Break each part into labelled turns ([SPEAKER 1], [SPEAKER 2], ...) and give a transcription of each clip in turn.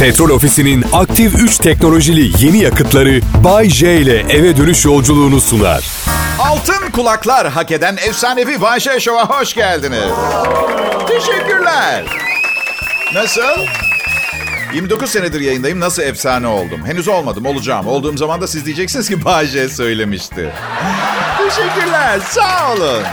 [SPEAKER 1] Petrol Ofisi'nin aktif 3 teknolojili yeni yakıtları Bay J ile eve dönüş yolculuğunu sunar.
[SPEAKER 2] Altın kulaklar hak eden efsanevi Bay J Show'a hoş geldiniz. Teşekkürler. Nasıl? 29 senedir yayındayım. Nasıl efsane oldum? Henüz olmadım, olacağım. Olduğum zaman da siz diyeceksiniz ki Bay J söylemişti. Teşekkürler, sağ olun.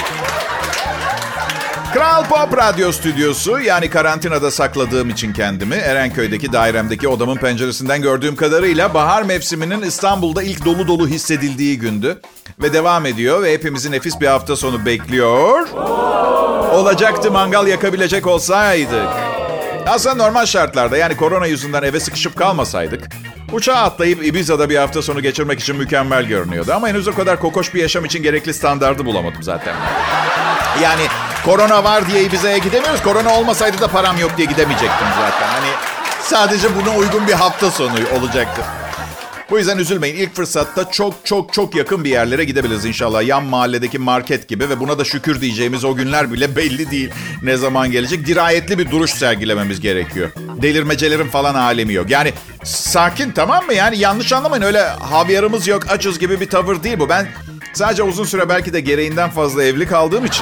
[SPEAKER 2] Kral Pop Radyo Stüdyosu, yani karantinada sakladığım için kendimi, Erenköy'deki dairemdeki odamın penceresinden gördüğüm kadarıyla bahar mevsiminin İstanbul'da ilk dolu dolu hissedildiği gündü. Ve devam ediyor ve hepimizi nefis bir hafta sonu bekliyor. Olacaktı mangal yakabilecek olsaydık. Aslında normal şartlarda, yani korona yüzünden eve sıkışıp kalmasaydık, uçağa atlayıp Ibiza'da bir hafta sonu geçirmek için mükemmel görünüyordu. Ama henüz o kadar kokoş bir yaşam için gerekli standardı bulamadım zaten. Yani korona var diye Ibiza'ya gidemiyoruz. Korona olmasaydı da param yok diye gidemeyecektim zaten. Hani sadece buna uygun bir hafta sonu olacaktı. Bu yüzden üzülmeyin. İlk fırsatta çok yakın bir yerlere gidebiliriz inşallah. Yan mahalledeki market gibi ve buna da şükür diyeceğimiz o günler bile belli değil. Ne zaman gelecek? Dirayetli bir duruş sergilememiz gerekiyor. Delirmecelerin falan alemi yok. Yani sakin, tamam mı? Yani yanlış anlamayın. Öyle havyarımız yok, açız gibi bir tavır değil bu. Ben sadece uzun süre belki de gereğinden fazla evli kaldığım için...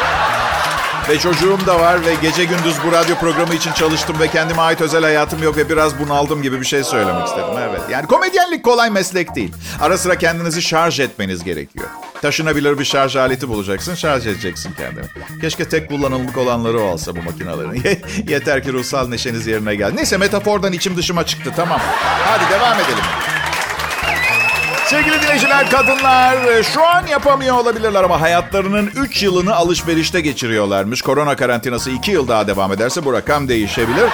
[SPEAKER 2] Ve çocuğum da var ve gece gündüz bu radyo programı için çalıştım ve kendime ait özel hayatım yok ve biraz bunaldım gibi bir şey söylemek istedim. Evet. Yani komedyenlik kolay meslek değil. Ara sıra kendinizi şarj etmeniz gerekiyor. Taşınabilir bir şarj aleti bulacaksın, şarj edeceksin kendini. Keşke tek kullanımlık olanları olsa bu makinelerin. Yeter ki ruhsal neşeniz yerine geldi. Neyse, metafordan içim dışıma çıktı, tamam. Hadi devam edelim. Sevgili dinleyiciler, kadınlar şu an yapamıyor olabilirler ama hayatlarının 3 yılını alışverişte geçiriyorlarmış. Korona karantinası 2 yıl daha devam ederse bu rakam değişebilir.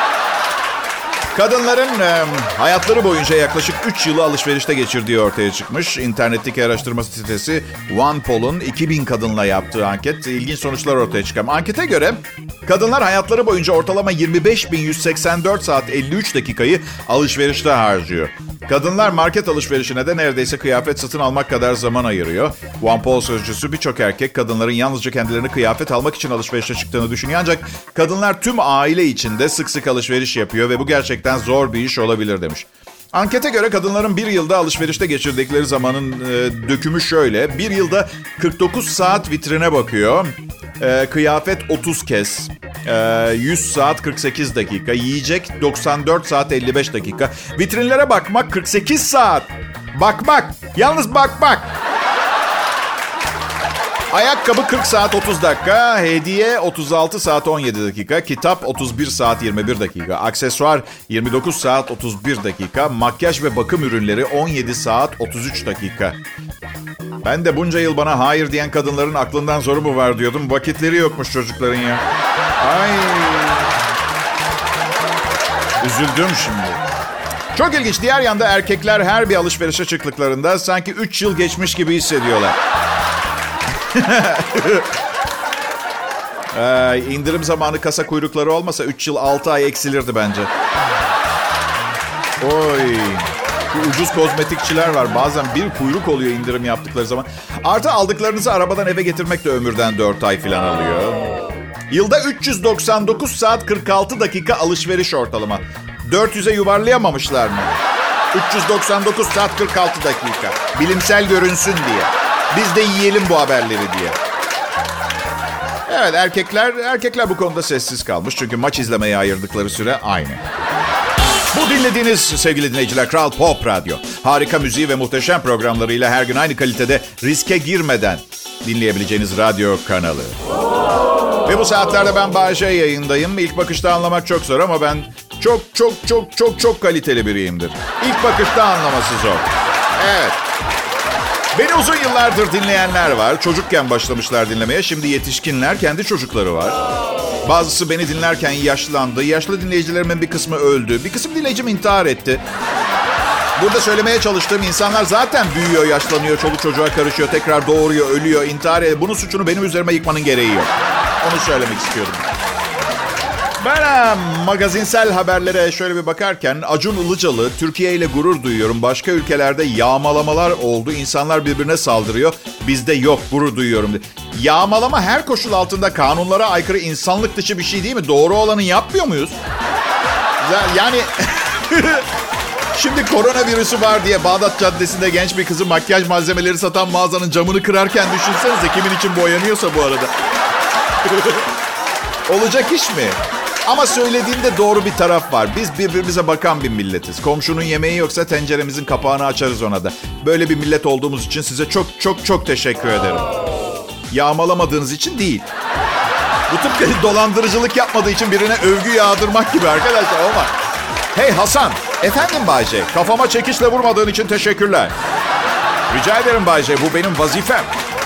[SPEAKER 2] Kadınların hayatları boyunca yaklaşık 3 yılı alışverişte geçirdiği ortaya çıkmış. İnternetteki araştırma sitesi OnePoll'un 2000 kadınla yaptığı anket ilginç sonuçlar ortaya çıkarmış. Ankete göre kadınlar hayatları boyunca ortalama 25.184 saat 53 dakikayı alışverişte harcıyor. Kadınlar market alışverişine de neredeyse kıyafet satın almak kadar zaman ayırıyor. OnePoll sözcüsü birçok erkek kadınların yalnızca kendilerine kıyafet almak için alışverişe çıktığını düşünüyor. Ancak kadınlar tüm aile içinde sık sık alışveriş yapıyor ve bu gerçekten zor bir iş olabilir demiş. Ankete göre kadınların bir yılda alışverişte geçirdikleri zamanın dökümü şöyle. Bir yılda 49 saat vitrine bakıyor. Kıyafet 30 kez. 100 saat 48 dakika. Yiyecek 94 saat 55 dakika. Vitrinlere bakmak 48 saat. Bakmak. Yalnız bakmak. Ayakkabı 40 saat 30 dakika, hediye 36 saat 17 dakika, kitap 31 saat 21 dakika, aksesuar 29 saat 31 dakika, makyaj ve bakım ürünleri 17 saat 33 dakika. Ben de bunca yıl bana hayır diyen kadınların aklından zoru mu var diyordum. Vakitleri yokmuş çocukların ya. Ay. Üzüldüm şimdi. Çok ilginç. Diğer yanda erkekler her bir alışverişe çıktıklarında sanki 3 yıl geçmiş gibi hissediyorlar. İndirim zamanı kasa kuyrukları olmasa 3 yıl 6 ay eksilirdi bence. Oy. Bu ucuz kozmetikçiler var. Bazen bir kuyruk oluyor indirim yaptıkları zaman. Artı aldıklarınızı arabadan eve getirmek de ömürden 4 ay falan alıyor. Yılda 399 saat 46 dakika alışveriş ortalama. 400'e yuvarlayamamışlar mı? 399 saat 46 dakika. Bilimsel görünsün diye. Biz de yiyelim bu haberleri diye. Evet, erkekler bu konuda sessiz kalmış. Çünkü maç izlemeye ayırdıkları süre aynı. Bu dinlediğiniz sevgili dinleyiciler Kral Pop Radyo. Harika müziği ve muhteşem programlarıyla her gün aynı kalitede riske girmeden dinleyebileceğiniz radyo kanalı. Ve bu saatlerde ben Bay J yayındayım. İlk bakışta anlamak çok zor ama ben çok kaliteli biriyimdir. İlk bakışta anlaması zor. Evet. Beni uzun yıllardır dinleyenler var. Çocukken başlamışlar dinlemeye. Şimdi yetişkinler, kendi çocukları var. Bazısı beni dinlerken yaşlandı. Yaşlı dinleyicilerimin bir kısmı öldü. Bir kısım dinleyicim intihar etti. Burada söylemeye çalıştığım insanlar zaten büyüyor, yaşlanıyor, çoluk çocuğa karışıyor, tekrar doğuruyor, ölüyor, intihar ediyor. Bunun suçunu benim üzerime yıkmanın gereği yok. Onu söylemek istiyorum. Ben magazinsel haberlere şöyle bir bakarken Acun Ilıcalı, Türkiye ile gurur duyuyorum. Başka ülkelerde yağmalamalar oldu. İnsanlar birbirine saldırıyor. Bizde yok, gurur duyuyorum. Yağmalama her koşul altında kanunlara aykırı, insanlık dışı bir şey değil mi? Doğru olanı yapmıyor muyuz? Yani şimdi koronavirüsü var diye Bağdat Caddesi'nde genç bir kızı makyaj malzemeleri satan mağazanın camını kırarken düşünsenize kimin için boyanıyorsa bu arada. Olacak iş mi? Ama söylediğinde doğru bir taraf var. Biz birbirimize bakan bir milletiz. Komşunun yemeği yoksa tenceremizin kapağını açarız ona da. Böyle bir millet olduğumuz için size çok çok çok teşekkür ederim. Yağmalamadığınız için değil. Bu tıpkı dolandırıcılık yapmadığı için birine övgü yağdırmak gibi arkadaşlar. Olmaz. Hey Hasan. Efendim Bayce. Kafama çekiçle vurmadığın için teşekkürler. Rica ederim Bayce. Bu benim vazifem.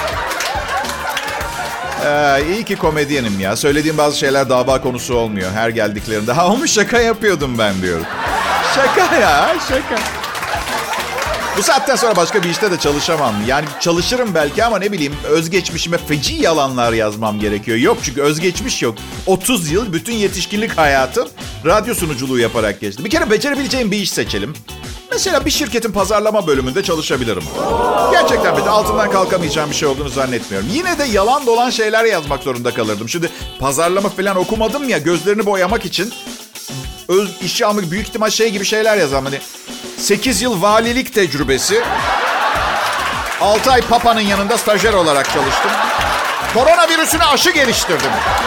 [SPEAKER 2] İyi ki komedyenim ya. Söylediğim bazı şeyler dava konusu olmuyor her geldiklerinde. Ha ama şaka yapıyordum ben diyorum. Şaka ya, şaka. Bu saatten sonra başka bir işte de çalışamam. Yani çalışırım belki ama ne bileyim özgeçmişime feci yalanlar yazmam gerekiyor. Yok çünkü özgeçmiş yok. 30 yıl bütün yetişkinlik hayatım radyo sunuculuğu yaparak geçti. Bir kere becerebileceğim bir iş seçelim. Mesela bir şirketin pazarlama bölümünde çalışabilirim. Gerçekten bir de altından kalkamayacağım bir şey olduğunu zannetmiyorum. Yine de yalan dolan şeyler yazmak zorunda kalırdım. Şimdi pazarlama falan okumadım ya, gözlerini boyamak için işe almak büyük ihtimal şey gibi şeyler yazarım. Hani 8 yıl valilik tecrübesi, 6 ay Papa'nın yanında stajyer olarak çalıştım. Koronavirüsüne aşı geliştirdim.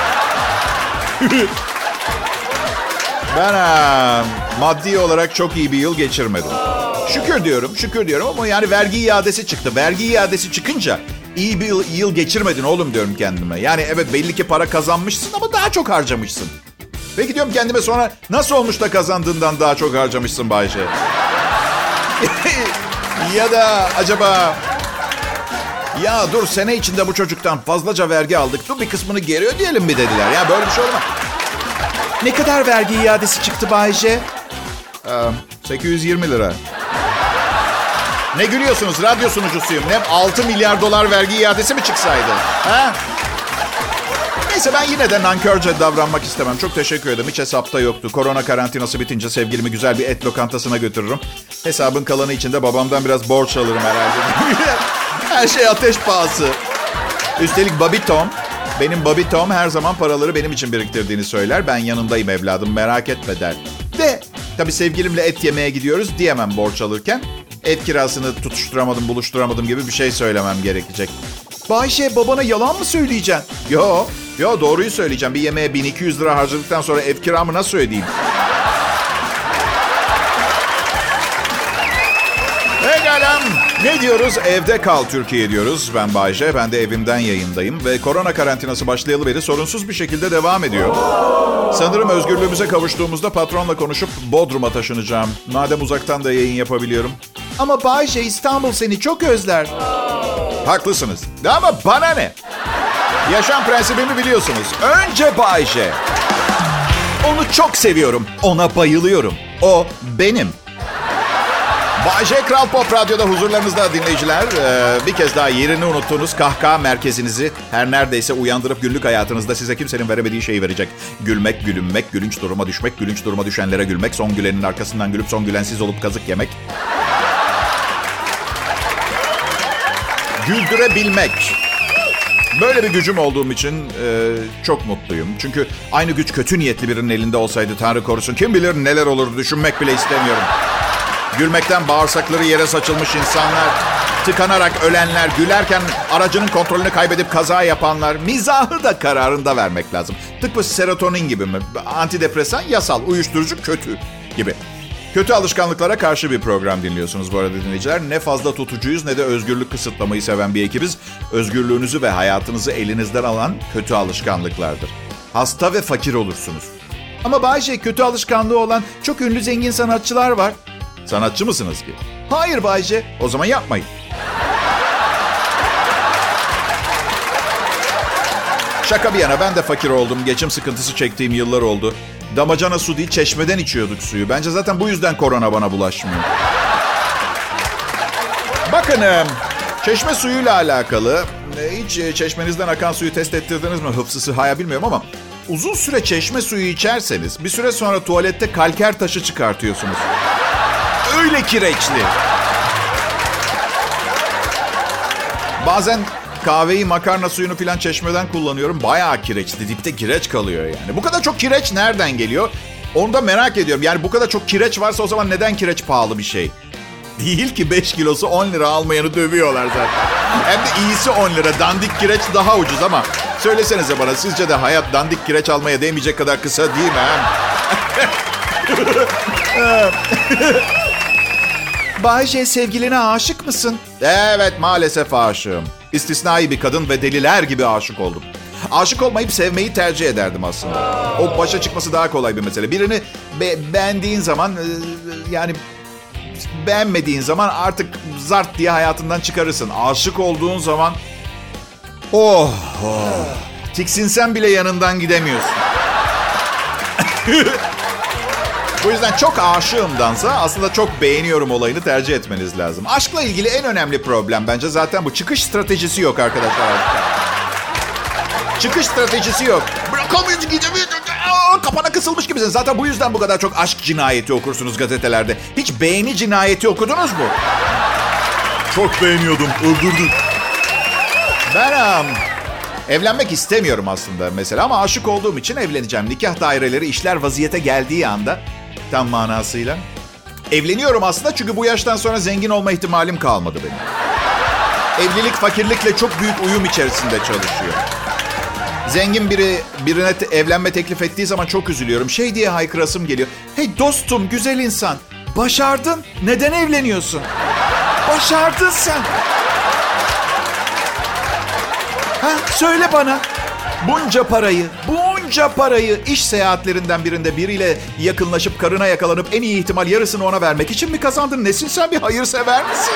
[SPEAKER 2] Ben maddi olarak çok iyi bir yıl geçirmedim. Şükür diyorum ama yani vergi iadesi çıktı. Vergi iadesi çıkınca iyi bir yıl geçirmedin oğlum diyorum kendime. Yani evet belli ki para kazanmışsın ama daha çok harcamışsın. Peki diyorum kendime sonra nasıl olmuş da kazandığından daha çok harcamışsın Bayce? Ya da acaba ya dur sene içinde bu çocuktan fazlaca vergi aldık. Dur bir kısmını geri ödeyelim mi dediler. Ya böyle bir şey olmaz. Ne kadar vergi iadesi çıktı Bayce? 820 lira. Ne gülüyorsunuz? Radyo sunucusuyum. Ne 6 milyar dolar vergi iadesi mi çıksaydı? Ha? Neyse ben yine de nankörce davranmak istemem. Çok teşekkür ederim. Hiç hesapta yoktu. Korona karantinası bitince sevgilimi güzel bir et lokantasına götürürüm. Hesabın kalanı için de babamdan biraz borç alırım herhalde. Her şey ateş pahası. Üstelik Bobby Tom her zaman paraları benim için biriktirdiğini söyler. Ben yanındayım evladım merak etme der. De tabii sevgilimle et yemeye gidiyoruz diyemem borç alırken. Ev kirasını buluşturamadım gibi bir şey söylemem gerekecek. Bayşe babana yalan mı söyleyeceksin? Yo doğruyu söyleyeceğim. Bir yemeğe 1200 lira harcadıktan sonra ev kiramı nasıl ödeyeyim? Pekala. Ne diyoruz? Evde kal Türkiye diyoruz. Ben Bayce. Ben de evimden yayındayım. Ve korona karantinası başlayalı beri sorunsuz bir şekilde devam ediyor. Sanırım özgürlüğümüze kavuştuğumuzda patronla konuşup Bodrum'a taşınacağım. Madem uzaktan da yayın yapabiliyorum. Ama Bayce İstanbul seni çok özler. Haklısınız. Ama bana ne? Yaşam prensibimi biliyorsunuz. Önce Bayce. Onu çok seviyorum. Ona bayılıyorum. O benim. Bayce Kral Pop Radyo'da huzurlarınızda dinleyiciler. Bir kez daha yerini unuttuğunuz kahkaha merkezinizi her neredeyse uyandırıp günlük hayatınızda size kimsenin veremediği şeyi verecek. Gülmek, gülünmek, gülünç duruma düşmek, gülünç duruma düşenlere gülmek, son gülenin arkasından gülüp son gülensiz olup kazık yemek. Güldürebilmek. Böyle bir gücüm olduğum için çok mutluyum. Çünkü aynı güç kötü niyetli birinin elinde olsaydı Tanrı korusun kim bilir neler olurdu düşünmek bile istemiyorum. Gülmekten bağırsakları yere saçılmış insanlar, tıkanarak ölenler, gülerken aracının kontrolünü kaybedip kaza yapanlar, mizahı da kararında vermek lazım. Tıpkı serotonin gibi mi? Antidepresan yasal, uyuşturucu kötü gibi. Kötü alışkanlıklara karşı bir program dinliyorsunuz bu arada dinleyiciler. Ne fazla tutucuyuz ne de özgürlük kısıtlamayı seven bir ekibiz. Özgürlüğünüzü ve hayatınızı elinizden alan kötü alışkanlıklardır. Hasta ve fakir olursunuz. Ama Bayce kötü alışkanlığı olan çok ünlü zengin sanatçılar var. Sanatçı mısınız ki? Hayır Bayce. O zaman yapmayın. Şaka bir yana ben de fakir oldum. Geçim sıkıntısı çektiğim yıllar oldu. Damacana su değil çeşmeden içiyorduk suyu. Bence zaten bu yüzden korona bana bulaşmıyor. Bakın çeşme suyuyla alakalı. Hiç çeşmenizden akan suyu test ettirdiniz mi? Hıfzısı haya bilmiyorum ama uzun süre çeşme suyu içerseniz bir süre sonra tuvalette kalker taşı çıkartıyorsunuz. Öyle kireçli. Bazen kahveyi, makarna suyunu filan çeşmeden kullanıyorum. Bayağı kireçli. Dipte kireç kalıyor yani. Bu kadar çok kireç nereden geliyor? Onu da merak ediyorum. Yani bu kadar çok kireç varsa o zaman neden kireç pahalı bir şey? Değil ki 5 kilosu 10 lira almayanı dövüyorlar zaten. Hem de iyisi 10 lira. Dandik kireç daha ucuz ama söylesenize bana, sizce de hayat dandik kireç almaya değmeyecek kadar kısa değil mi? Bay J, sevgiline aşık mısın? Evet, maalesef aşığım. İstisnai bir kadın ve deliler gibi aşık oldum. Aşık olmayıp sevmeyi tercih ederdim aslında. O başa çıkması daha kolay bir mesele. Birini beğendiğin zaman yani beğenmediğin zaman artık zart diye hayatından çıkarırsın. Aşık olduğun zaman tiksinsen bile yanından gidemiyorsun. Bu yüzden çok aşığımdansa aslında çok beğeniyorum olayını tercih etmeniz lazım. Aşkla ilgili en önemli problem bence zaten bu. Çıkış stratejisi yok arkadaşlar. Çıkış stratejisi yok. Bırakamıyorsun, gidemiyorsun. Kapana kısılmış gibisin. Zaten bu yüzden bu kadar çok aşk cinayeti okursunuz gazetelerde. Hiç beğeni cinayeti okudunuz mu? Çok beğeniyordum, öldürdüm. Ben evlenmek istemiyorum aslında mesela ama aşık olduğum için evleneceğim. Nikah daireleri işler vaziyete geldiği anda tam manasıyla evleniyorum aslında, çünkü bu yaştan sonra zengin olma ihtimalim kalmadı benim. Evlilik fakirlikle çok büyük uyum içerisinde çalışıyor. Zengin birine evlenme teklif ettiği zaman çok üzülüyorum. Şey diye haykırasım geliyor. Hey dostum, güzel insan. Başardın. Neden evleniyorsun? Başardın sen. Söyle bana. Bunca parayı iş seyahatlerinden birinde biriyle yakınlaşıp karına yakalanıp en iyi ihtimal yarısını ona vermek için mi kazandın? Nesin sen, bir hayırsever misin?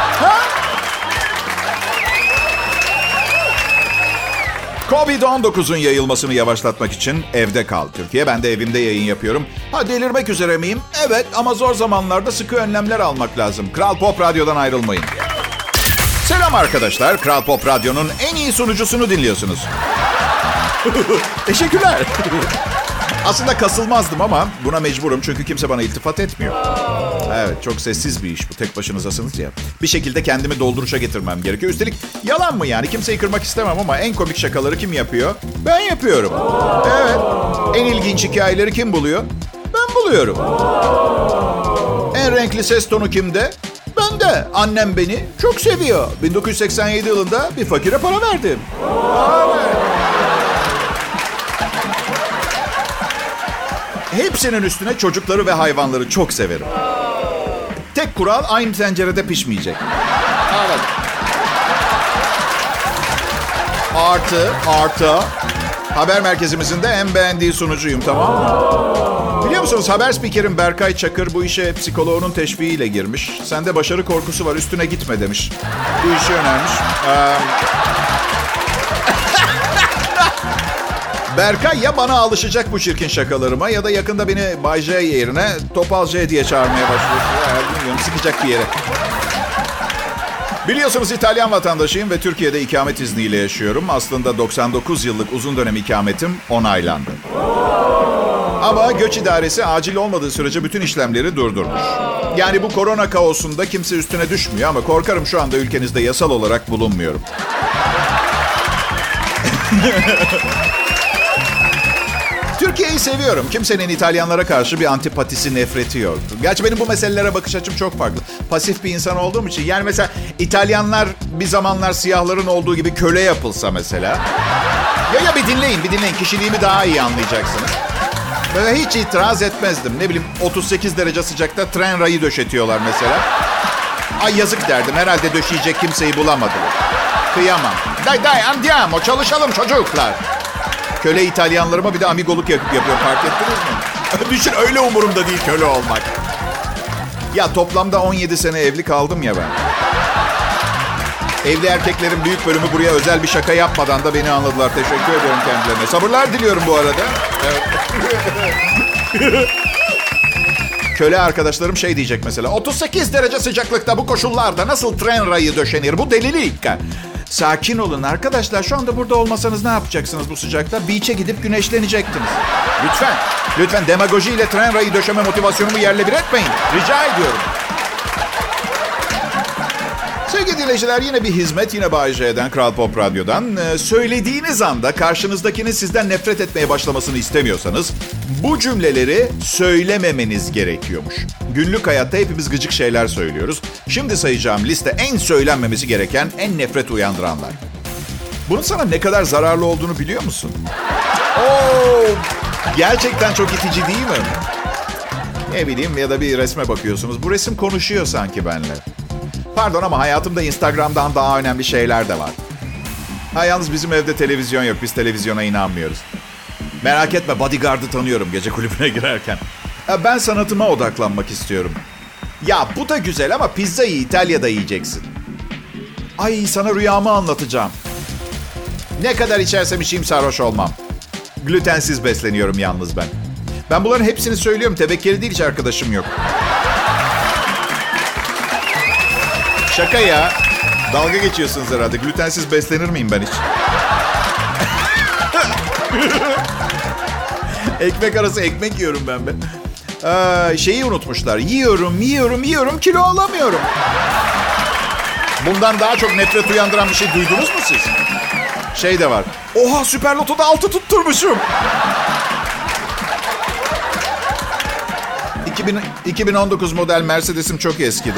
[SPEAKER 2] Covid-19'un yayılmasını yavaşlatmak için evde kal Türkiye. Ben de evimde yayın yapıyorum. Delirmek üzere miyim? Evet, ama zor zamanlarda sıkı önlemler almak lazım. Kral Pop Radyo'dan ayrılmayın. Selam arkadaşlar. Kral Pop Radyo'nun en iyi sunucusunu dinliyorsunuz. Teşekkürler. Aslında kasılmazdım ama buna mecburum çünkü kimse bana iltifat etmiyor. Evet, çok sessiz bir iş bu. Tek başınızasınız ya. Bir şekilde kendimi dolduruşa getirmem gerekiyor. Üstelik yalan mı yani? Kimseyi kırmak istemem ama en komik şakaları kim yapıyor? Ben yapıyorum. Evet. En ilginç hikayeleri kim buluyor? Ben buluyorum. En renkli ses tonu kimde? Ben de. Annem beni çok seviyor. 1987 yılında bir fakire para verdim. Evet. Hepsinin üstüne çocukları ve hayvanları çok severim. Tek kural, aynı tencerede pişmeyecek. Evet. Artı. Haber merkezimizin de en beğendiği sunucuyum, tamam mı? Biliyor musunuz, haber spikerim Berkay Çakır bu işe psikoloğunun teşviğiyle girmiş. Sende başarı korkusu var, üstüne gitme demiş. Bu işi önermiş. Berkay ya bana alışacak bu çirkin şakalarıma ya da yakında beni Bay J yerine Topal J diye çağırmaya başlıyor. Bilmiyorum, sıkacak bir yere. Biliyorsunuz İtalyan vatandaşıyım ve Türkiye'de ikamet izniyle yaşıyorum. Aslında 99 yıllık uzun dönem ikametim onaylandı. Ama göç idaresi acil olmadığı sürece bütün işlemleri durdurmuş. Yani bu korona kaosunda kimse üstüne düşmüyor ama korkarım şu anda ülkenizde yasal olarak bulunmuyorum. Türkiye'yi seviyorum. Kimsenin İtalyanlara karşı bir antipatisi, nefreti yok. Gerçi benim bu meselelere bakış açım çok farklı. Pasif bir insan olduğum için. Yani mesela İtalyanlar bir zamanlar siyahların olduğu gibi köle yapılsa mesela. Ya bir dinleyin. Kişiliğimi daha iyi anlayacaksınız. Böyle hiç itiraz etmezdim. Ne bileyim 38 derece sıcakta tren rayı döşetiyorlar mesela. Ay yazık derdim. Herhalde döşeyecek kimseyi bulamadılar. Kıyamam. Dai andiamo, çalışalım çocuklar. Köle İtalyanlarıma bir de amigoluk yapıyor, fark ettiniz mi? Düşün, öyle umurumda değil köle olmak. Ya toplamda 17 sene evli kaldım ya ben. Evli erkeklerin büyük bölümü buraya özel bir şaka yapmadan da beni anladılar. Teşekkür ediyorum kendilerine. Sabırlar diliyorum bu arada. Evet. Köle arkadaşlarım şey diyecek mesela. 38 derece sıcaklıkta bu koşullarda nasıl tren rayı döşenir? Bu delilik. Sakin olun arkadaşlar. Şu anda burada olmasanız ne yapacaksınız bu sıcakta? Beach'e gidip güneşlenecektiniz. Lütfen demagojiyle tren rayı döşeme motivasyonumu yerle bir etmeyin. Rica ediyorum. Sevgili dinleyiciler, yine bir hizmet, yine Bay J'den, Kral Pop Radyo'dan. Söylediğiniz anda karşınızdakinin sizden nefret etmeye başlamasını istemiyorsanız bu cümleleri söylememeniz gerekiyormuş. Günlük hayatta hepimiz gıcık şeyler söylüyoruz. Şimdi sayacağım liste en söylenmemesi gereken, en nefret uyandıranlar. Bunun sana ne kadar zararlı olduğunu biliyor musun? Oo, gerçekten çok itici değil mi? Ne bileyim, ya da bir resme bakıyorsunuz. Bu resim konuşuyor sanki benimle. Pardon ama hayatımda Instagram'dan daha önemli şeyler de var. Yalnız bizim evde televizyon yok. Biz televizyona inanmıyoruz. Merak etme, bodyguard'ı tanıyorum gece kulübüne girerken. Ben sanatıma odaklanmak istiyorum. Ya bu da güzel ama pizzayı İtalya'da yiyeceksin. Ay, sana rüyamı anlatacağım. Ne kadar içersem içeyim sarhoş olmam. Glutensiz besleniyorum yalnız ben. Ben bunların hepsini söylüyorum. Tevekkeli değil, hiç arkadaşım yok. Şaka ya. Dalga geçiyorsunuz herhalde. Glutensiz beslenir miyim ben hiç? Ekmek arası ekmek yiyorum ben be. Şeyi unutmuşlar. Yiyorum, kilo alamıyorum. Bundan daha çok nefret uyandıran bir şey duydunuz mu siz? Şey de var. Oha, Süper Loto'da 6 tutturmuşum. 2019 model Mercedes'im çok eskidi.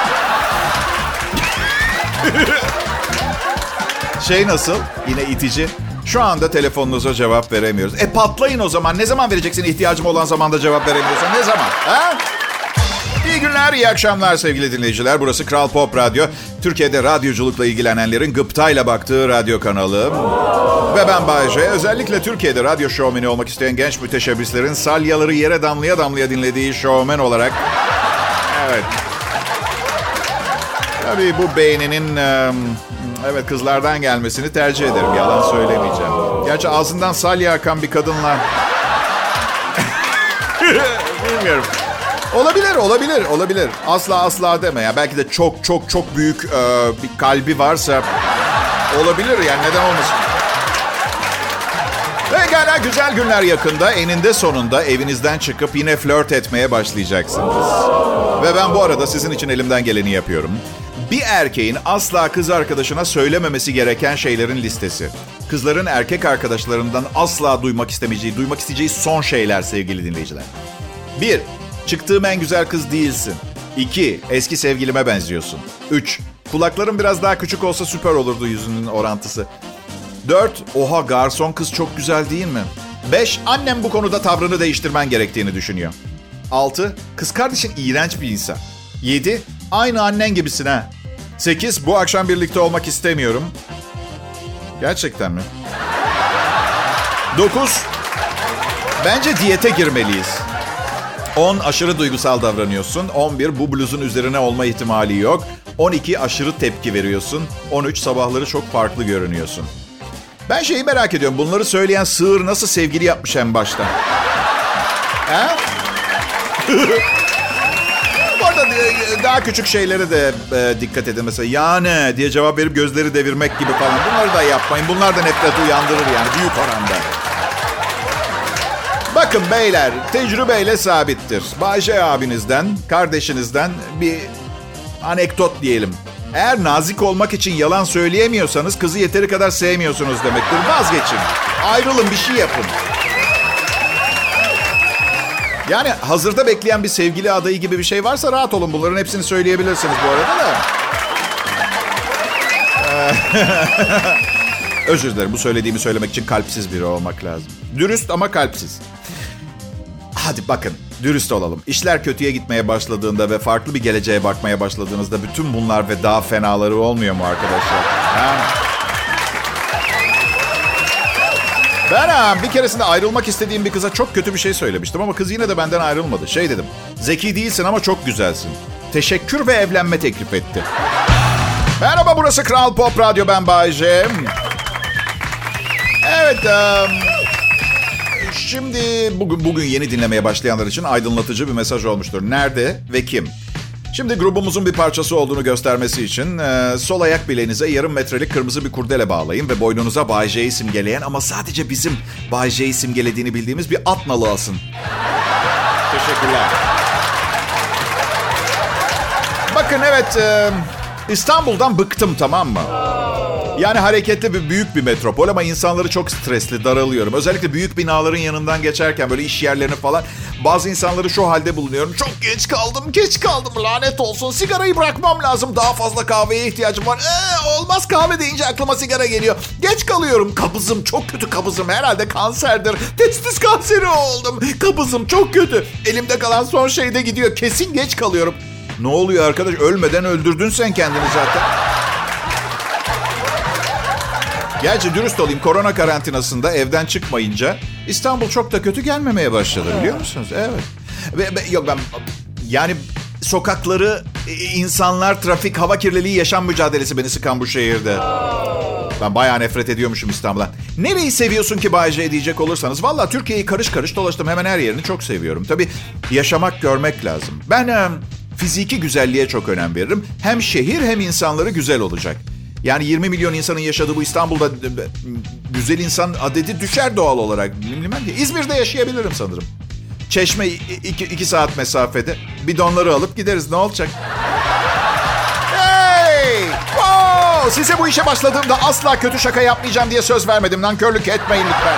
[SPEAKER 2] Şey nasıl? Yine itici. Şu anda telefonunuza cevap veremiyoruz. Patlayın o zaman. Ne zaman vereceksin, ihtiyacım olan zamanda cevap veremiyorsan? Ne zaman? Ha? İyi günler, iyi akşamlar sevgili dinleyiciler. Burası Kral Pop Radyo. Türkiye'de radyoculukla ilgilenenlerin gıptayla baktığı radyo kanalı. Ve ben Bay J. Özellikle Türkiye'de radyo şovmeni olmak isteyen genç müteşebbislerin salyaları yere damlaya damlaya dinlediği şovmen olarak... Evet. Tabii bu beyninin... Evet, kızlardan gelmesini tercih ederim. Yalan söylemeyeceğim. Gerçi ağzından salya akan bir kadınla... Bilmiyorum. Olabilir. Asla deme ya. Belki de çok büyük bir kalbi varsa olabilir yani, neden olmasın? Pekala, güzel günler yakında. Eninde sonunda evinizden çıkıp yine flört etmeye başlayacaksınız. Ve ben bu arada sizin için elimden geleni yapıyorum. Bir erkeğin asla kız arkadaşına söylememesi gereken şeylerin listesi. Kızların erkek arkadaşlarından asla duymak isteyeceği son şeyler sevgili dinleyiciler. 1. Çıktığım en güzel kız değilsin. 2. Eski sevgilime benziyorsun. 3. Kulakların biraz daha küçük olsa süper olurdu yüzünün orantısı. 4. Oha, garson kız çok güzel değil mi? 5. Annem bu konuda tavrını değiştirmen gerektiğini düşünüyor. 6. Kız kardeşin iğrenç bir insan. 7. Aynı annen gibisin ha. 8. Bu akşam birlikte olmak istemiyorum. Gerçekten mi? 9. Bence diyete girmeliyiz. 10. Aşırı duygusal davranıyorsun. 11. Bu bluzun üzerine olma ihtimali yok. 12. Aşırı tepki veriyorsun. 13. Sabahları çok farklı görünüyorsun. Ben şeyi merak ediyorum. Bunları söyleyen sığır nasıl sevgili yapmış en başta? Ha? Bu arada daha küçük şeylere de dikkat edin. Mesela ya ne diye cevap verip gözleri devirmek gibi falan. Bunları da yapmayın. Bunlar da nefret uyandırır yani, büyük oranda. Bakın beyler, tecrübeyle sabittir. Bay J abinizden, kardeşinizden bir anekdot diyelim. Eğer nazik olmak için yalan söyleyemiyorsanız kızı yeteri kadar sevmiyorsunuz demektir. Vazgeçin. Ayrılın, bir şey yapın. Yani hazırda bekleyen bir sevgili adayı gibi bir şey varsa rahat olun. Bunların hepsini söyleyebilirsiniz bu arada da. Özür dilerim, bu söylediğimi söylemek için kalpsiz biri olmak lazım. Dürüst ama kalpsiz. Hadi bakın, dürüst olalım. İşler kötüye gitmeye başladığında ve farklı bir geleceğe bakmaya başladığınızda bütün bunlar ve daha fenaları olmuyor mu arkadaşlar? Ha? Ben bir keresinde ayrılmak istediğim bir kıza çok kötü bir şey söylemiştim ama kız yine de benden ayrılmadı. Şey dedim, zeki değilsin ama çok güzelsin. Teşekkür ve evlenme teklif etti. Merhaba, burası Kral Pop Radyo, ben Bay J. Evet, şimdi bugün yeni dinlemeye başlayanlar için aydınlatıcı bir mesaj olmuştur. Nerede ve kim? Şimdi grubumuzun bir parçası olduğunu göstermesi için sol ayak bileğinize yarım metrelik kırmızı bir kurdele bağlayın ve boynunuza Bay J'yi simgeleyen ama sadece bizim Bay J'yi simgelediğini bildiğimiz bir at nalı asın. Teşekkürler. Bakın evet, İstanbul'dan bıktım, tamam mı? Yani hareketli büyük bir metropol ama insanları çok stresli, daralıyorum. Özellikle büyük binaların yanından geçerken böyle iş yerlerini falan bazı insanları şu halde bulunuyorum. Çok geç kaldım lanet olsun. Sigarayı bırakmam lazım. Daha fazla kahveye ihtiyacım var. Olmaz, kahve deyince aklıma sigara geliyor. Geç kalıyorum. Kabızım, çok kötü kabızım. Herhalde kanserdir. Testis kanseri oldum. Kabızım çok kötü. Elimde kalan son şey de gidiyor. Kesin geç kalıyorum. Ne oluyor arkadaş? Ölmeden öldürdün sen kendini zaten. Gerçi dürüst olayım, korona karantinasında evden çıkmayınca İstanbul çok da kötü gelmemeye başladı, biliyor musunuz? Evet. Yok ben yani sokakları, insanlar, trafik, hava kirliliği, yaşam mücadelesi beni sıkan bu şehirde. Ben bayağı nefret ediyormuşum İstanbul'dan. Nereyi seviyorsun ki Bay J diyecek olursanız. Valla Türkiye'yi karış karış dolaştım. Hemen her yerini çok seviyorum. Tabii yaşamak, görmek lazım. Ben fiziki güzelliğe çok önem veririm. Hem şehir hem insanları güzel olacak. Yani 20 milyon insanın yaşadığı bu İstanbul'da güzel insan adedi düşer doğal olarak. Bilmem ki. İzmir'de yaşayabilirim sanırım. Çeşme 2 saat mesafede. Bidonları alıp gideriz. Ne olacak? Hey! Wow! Size bu işe başladığımda asla kötü şaka yapmayacağım diye söz vermedim. Nankörlük etmeyin lütfen.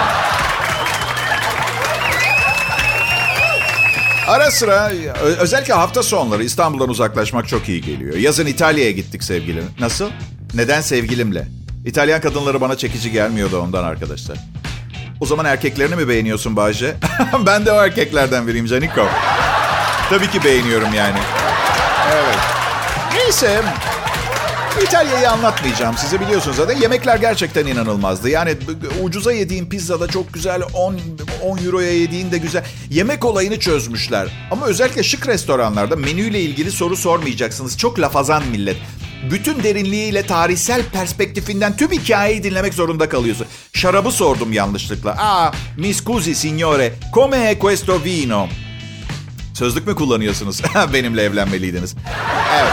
[SPEAKER 2] Ara sıra, özellikle hafta sonları İstanbul'dan uzaklaşmak çok iyi geliyor. Yazın İtalya'ya gittik sevgilim. Nasıl? Neden sevgilimle? İtalyan kadınları bana çekici gelmiyordu ondan arkadaşlar. O zaman erkeklerini mi beğeniyorsun Bayce? Ben de o erkeklerden biriyim Caniko. Tabii ki beğeniyorum yani. Evet. Neyse. İtalya'yı anlatmayacağım size, biliyorsunuz zaten. Yemekler gerçekten inanılmazdı. Yani ucuza yediğin pizzada çok güzel, 10 euroya yediğin de güzel. Yemek olayını çözmüşler. Ama özellikle şık restoranlarda menüyle ilgili soru sormayacaksınız. Çok lafazan millet. Bütün derinliğiyle tarihsel perspektifinden tüm hikayeyi dinlemek zorunda kalıyorsun. Şarabı sordum yanlışlıkla. Mi scusi signore, come è questo vino? Sözlük mü kullanıyorsunuz? Benimle evlenmeliydiniz. Evet.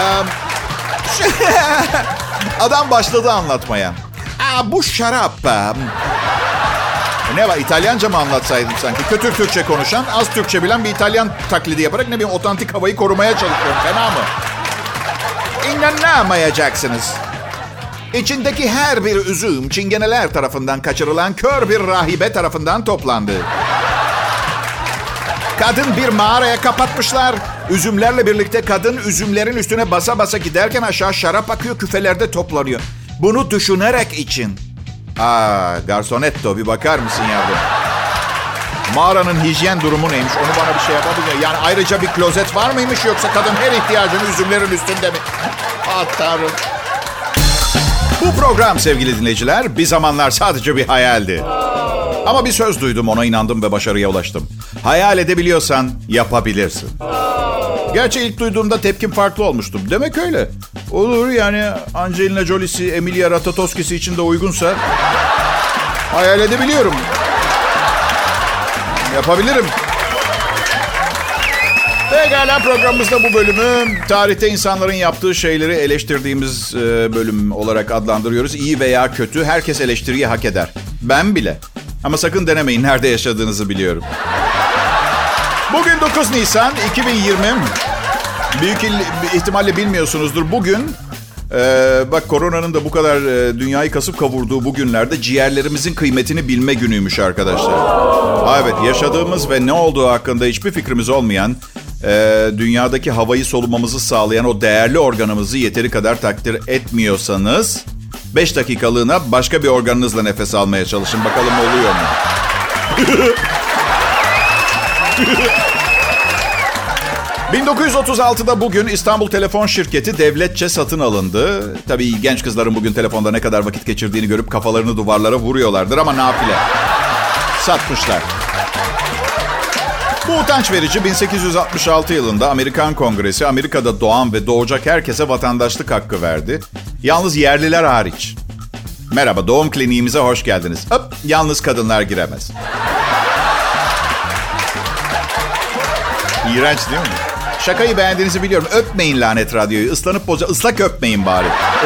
[SPEAKER 2] Adam başladı anlatmaya. Bu şarap. Ne var, İtalyanca mı anlatsaydım sanki? Kötü Türkçe konuşan, az Türkçe bilen bir İtalyan taklidi yaparak ne bileyim otantik havayı korumaya çalışıyorum. Fena mı? İnanamayacaksınız. İçindeki her bir üzüm çingeneler tarafından kaçırılan kör bir rahibe tarafından toplandı. Kadın bir mağaraya kapatmışlar. Üzümlerle birlikte kadın üzümlerin üstüne basa basa giderken aşağı şarap akıyor, küfelerde toplanıyor. Bunu düşünerek için. Garsonetto bir bakar mısın yavrum? Mağaranın hijyen durumu neymiş? Onu bana bir şey yapabiliyor. Yani ayrıca bir klozet var mıymış, yoksa kadın her ihtiyacını üzümlerin üstünde mi? Tanrım. Bu program sevgili dinleyiciler bir zamanlar sadece bir hayaldi. Ama bir söz duydum, ona inandım ve başarıya ulaştım. Hayal edebiliyorsan yapabilirsin. Gerçi ilk duyduğumda tepkim farklı olmuştu. Demek öyle. Olur yani, Angelina Jolie'si, Emilia Ratatouille'si için de uygunsa hayal edebiliyorum. Yapabilirim. Pekala, programımızda bu bölümü tarihte insanların yaptığı şeyleri eleştirdiğimiz bölüm olarak adlandırıyoruz. İyi veya kötü, herkes eleştiriyi hak eder. Ben bile. Ama sakın denemeyin, nerede yaşadığınızı biliyorum. Bugün 9 Nisan 2020. Büyük ihtimalle bilmiyorsunuzdur. Bugün bak, koronanın da bu kadar dünyayı kasıp kavurduğu bu günlerde ciğerlerimizin kıymetini bilme günüymüş arkadaşlar. Evet, yaşadığımız ve ne olduğu hakkında hiçbir fikrimiz olmayan, dünyadaki havayı solumamızı sağlayan o değerli organımızı yeteri kadar takdir etmiyorsanız 5 dakikalığına başka bir organınızla nefes almaya çalışın. Bakalım oluyor mu? ...1936'da bugün İstanbul Telefon Şirketi devletçe satın alındı. Tabii genç kızların bugün telefonda ne kadar vakit geçirdiğini görüp kafalarını duvarlara vuruyorlardır ama nafile. Satmışlar. Bu utanç verici, 1866 yılında Amerikan Kongresi Amerika'da doğan ve doğacak herkese vatandaşlık hakkı verdi. Yalnız yerliler hariç. Merhaba, doğum kliniğimize hoş geldiniz. Hop, yalnız kadınlar giremez. İğrenç değil mi? Şakayı beğendiğinizi biliyorum. Öpmeyin lanet radyoyu. Islanıp ıslak öpmeyin bari.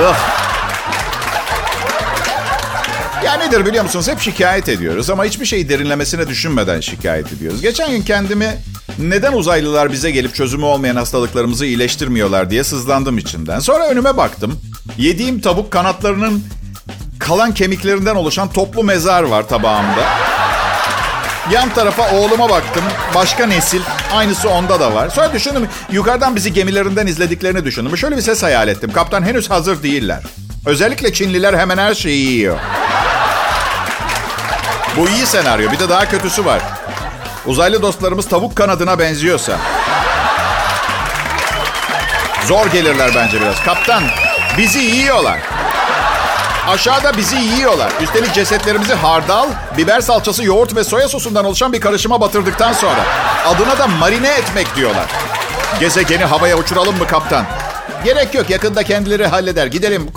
[SPEAKER 2] Ya nedir biliyor musunuz? Hep şikayet ediyoruz ama hiçbir şeyi derinlemesine düşünmeden şikayet ediyoruz. Geçen gün kendimi Neden uzaylılar bize gelip çözümü olmayan hastalıklarımızı iyileştirmiyorlar diye sızlandım içinden. Sonra önüme baktım. Yediğim tavuk kanatlarının kalan kemiklerinden oluşan toplu mezar var tabağımda. Yan tarafa oğluma baktım. Başka nesil. Aynısı onda da var. Sonra düşündüm. Yukarıdan bizi gemilerinden izlediklerini düşündüm. Şöyle bir ses hayal ettim. Kaptan henüz hazır değiller. Özellikle Çinliler hemen her şeyi yiyor. Bu iyi senaryo. Bir de daha kötüsü var. Uzaylı dostlarımız tavuk kanadına benziyorsa. Zor gelirler bence biraz. Kaptan, bizi yiyorlar. Aşağıda bizi yiyorlar. Üstelik cesetlerimizi hardal, biber salçası, yoğurt ve soya sosundan oluşan bir karışıma batırdıktan sonra. Adına da marine etmek diyorlar. Gezegeni havaya uçuralım mı kaptan? Gerek yok, yakında kendileri halleder. Gidelim.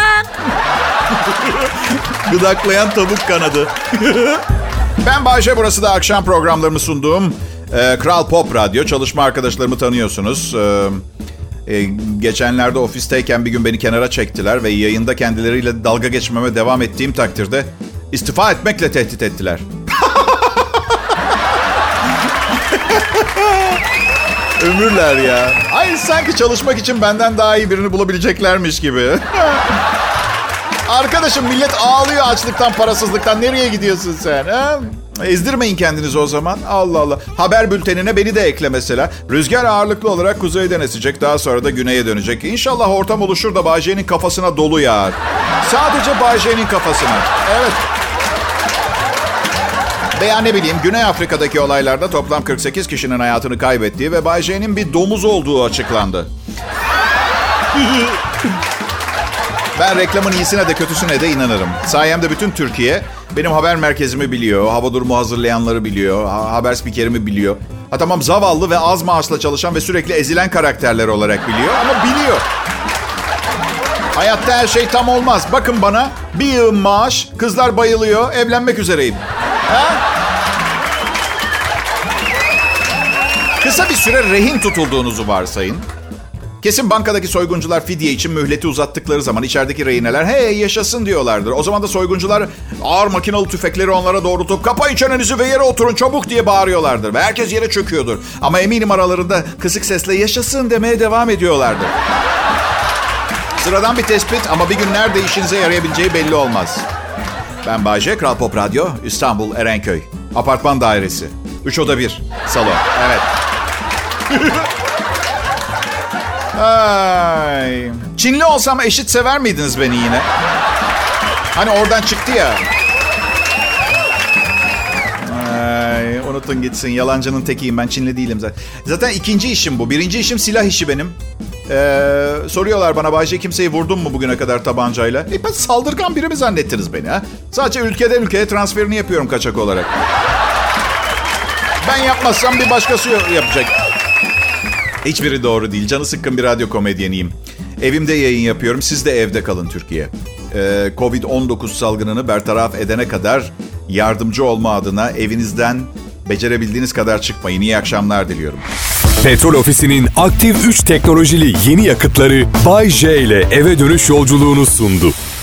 [SPEAKER 2] Gıdaklayan tavuk kanadı. Ben Bayşe, burası da akşam programlarımı sunduğum Kral Pop Radyo. Çalışma arkadaşlarımı tanıyorsunuz. Geçenlerde ofisteyken bir gün beni kenara çektiler ve yayında kendileriyle dalga geçmeme devam ettiğim takdirde istifa etmekle tehdit ettiler. Ömürler ya. Ay, sanki çalışmak için benden daha iyi birini bulabileceklermiş gibi. Arkadaşım, millet ağlıyor açlıktan, parasızlıktan. Nereye gidiyorsun sen? Ha? Ezdirmeyin kendinizi o zaman. Allah Allah. Haber bültenine beni de ekle mesela. Rüzgar ağırlıklı olarak kuzeyden esecek. Daha sonra da güneye dönecek. İnşallah ortam oluşur da Bay J'nin kafasına dolu yağar. Sadece Bay J'nin kafasına. Evet. Veya ne bileyim, Güney Afrika'daki olaylarda toplam 48 kişinin hayatını kaybettiği ve Bay J'nin bir domuz olduğu açıklandı. Ben reklamın iyisine de kötüsüne de inanırım. Sayemde bütün Türkiye benim haber merkezimi biliyor. Hava durumu hazırlayanları biliyor. Haber spikerimi biliyor. Ha tamam, zavallı ve az maaşla çalışan ve sürekli ezilen karakterler olarak biliyor ama biliyor. Hayatta her şey tam olmaz. Bakın bana, bir yığın maaş, kızlar bayılıyor, evlenmek üzereyim. Ha? Kısa bir süre rehin tutulduğunuzu varsayın. Kesin bankadaki soyguncular fidye için mühleti uzattıkları zaman içerideki rehineler hey yaşasın diyorlardır. O zaman da soyguncular ağır makinalı tüfekleri onlara doğrultup kapayın çenenizi ve yere oturun çabuk diye bağırıyorlardır. Ve herkes yere çöküyordur. Ama eminim aralarında kısık sesle yaşasın demeye devam ediyorlardır. Sıradan bir tespit ama bir gün nerede işinize yarayabileceği belli olmaz. Ben Bayce, Kral Pop Radyo, İstanbul, Erenköy. Apartman dairesi. 3 oda 1. Salon. Evet. Ay. Çinli olsam eşit sever miydiniz beni yine? Hani oradan çıktı ya. Ay, unutun gitsin. Yalancının tekiyim ben. Çinli değilim zaten. Zaten ikinci işim bu. Birinci işim silah işi benim. Soruyorlar bana, Bayce kimseyi vurdun mu bugüne kadar tabancayla? Ben saldırgan biri mi zannettiniz beni ha? Sadece ülkeden ülkeye transferini yapıyorum kaçak olarak. Ben yapmazsam bir başkası yapacak. Hiçbiri doğru değil. Canı sıkkın bir radyo komedyeniyim. Evimde yayın yapıyorum. Siz de evde kalın Türkiye. Covid-19 salgınını bertaraf edene kadar yardımcı olma adına evinizden becerebildiğiniz kadar çıkmayın. İyi akşamlar diliyorum.
[SPEAKER 1] Petrol Ofisi'nin aktif 3 teknolojili yeni yakıtları Bay J ile eve dönüş yolculuğunu sundu.